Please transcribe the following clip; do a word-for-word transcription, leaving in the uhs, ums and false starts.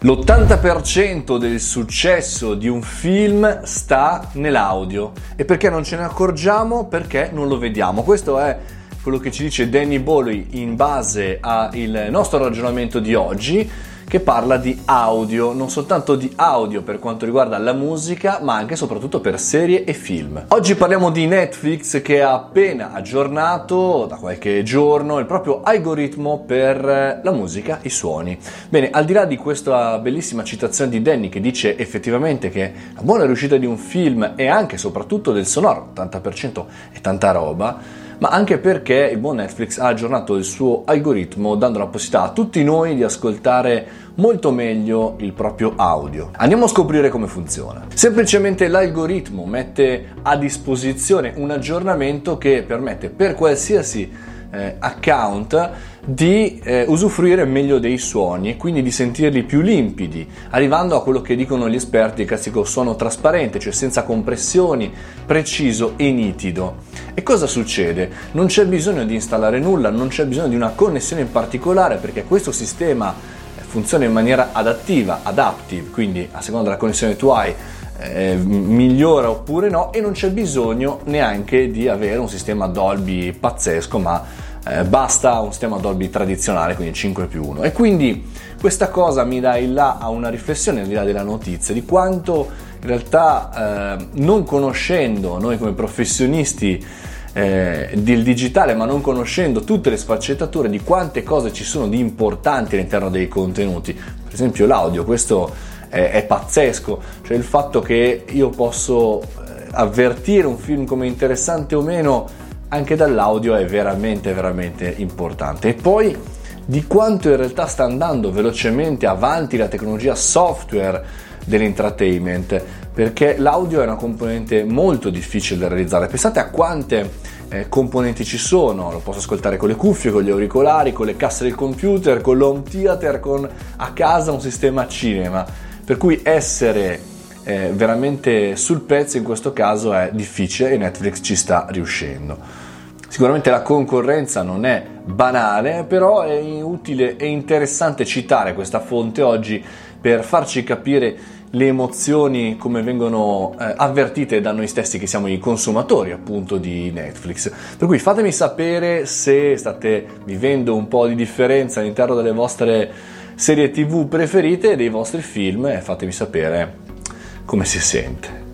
L'ottanta per cento del successo di un film sta nell'audio. E perché non ce ne accorgiamo? Perché non lo vediamo. Questo è quello che ci dice Danny Boyle in base al nostro ragionamento di oggi, che parla di audio, non soltanto di audio per quanto riguarda la musica, ma anche e soprattutto per serie e film. Oggi parliamo di Netflix, che ha appena aggiornato da qualche giorno il proprio algoritmo per la musica, i suoni. Bene, al di là di questa bellissima citazione di Danny che dice effettivamente che la buona riuscita di un film è anche e soprattutto del sonoro, ottanta per cento è tanta roba, ma anche perché il buon Netflix ha aggiornato il suo algoritmo dando la possibilità a tutti noi di ascoltare molto meglio il proprio audio. Andiamo a scoprire come funziona. Semplicemente l'algoritmo mette a disposizione un aggiornamento che permette per qualsiasi eh, account di eh, usufruire meglio dei suoni e quindi di sentirli più limpidi, arrivando a quello che dicono gli esperti, il classico suono trasparente, cioè senza compressioni, preciso e nitido. E cosa succede? Non c'è bisogno di installare nulla, non c'è bisogno di una connessione in particolare, perché questo sistema funziona in maniera adattiva, adaptive, quindi a seconda della connessione che tu hai eh, migliora oppure no, e non c'è bisogno neanche di avere un sistema Dolby pazzesco, ma Eh, basta un sistema Dolby tradizionale, quindi cinque più uno. E quindi questa cosa mi dà il là a una riflessione, al di là della notizia, di quanto in realtà eh, non conoscendo noi come professionisti eh, del digitale, ma non conoscendo tutte le sfaccettature di quante cose ci sono di importanti all'interno dei contenuti, per esempio l'audio, questo è, è pazzesco, cioè il fatto che io posso eh, avvertire un film come interessante o meno anche dall'audio è veramente veramente importante. E poi di quanto in realtà sta andando velocemente avanti la tecnologia software dell'entertainment, perché l'audio è una componente molto difficile da realizzare. Pensate a quante eh, componenti ci sono, lo posso ascoltare con le cuffie, con gli auricolari, con le casse del computer, con l'home theater, con a casa un sistema cinema, per cui essere Eh, veramente sul pezzo in questo caso è difficile e Netflix ci sta riuscendo. Sicuramente la concorrenza non è banale, però è utile e interessante citare questa fonte oggi per farci capire le emozioni come vengono eh, avvertite da noi stessi che siamo i consumatori appunto di Netflix. Per cui fatemi sapere se state vivendo un po' di differenza all'interno delle vostre serie tivù preferite e dei vostri film, e fatemi sapere come si sente.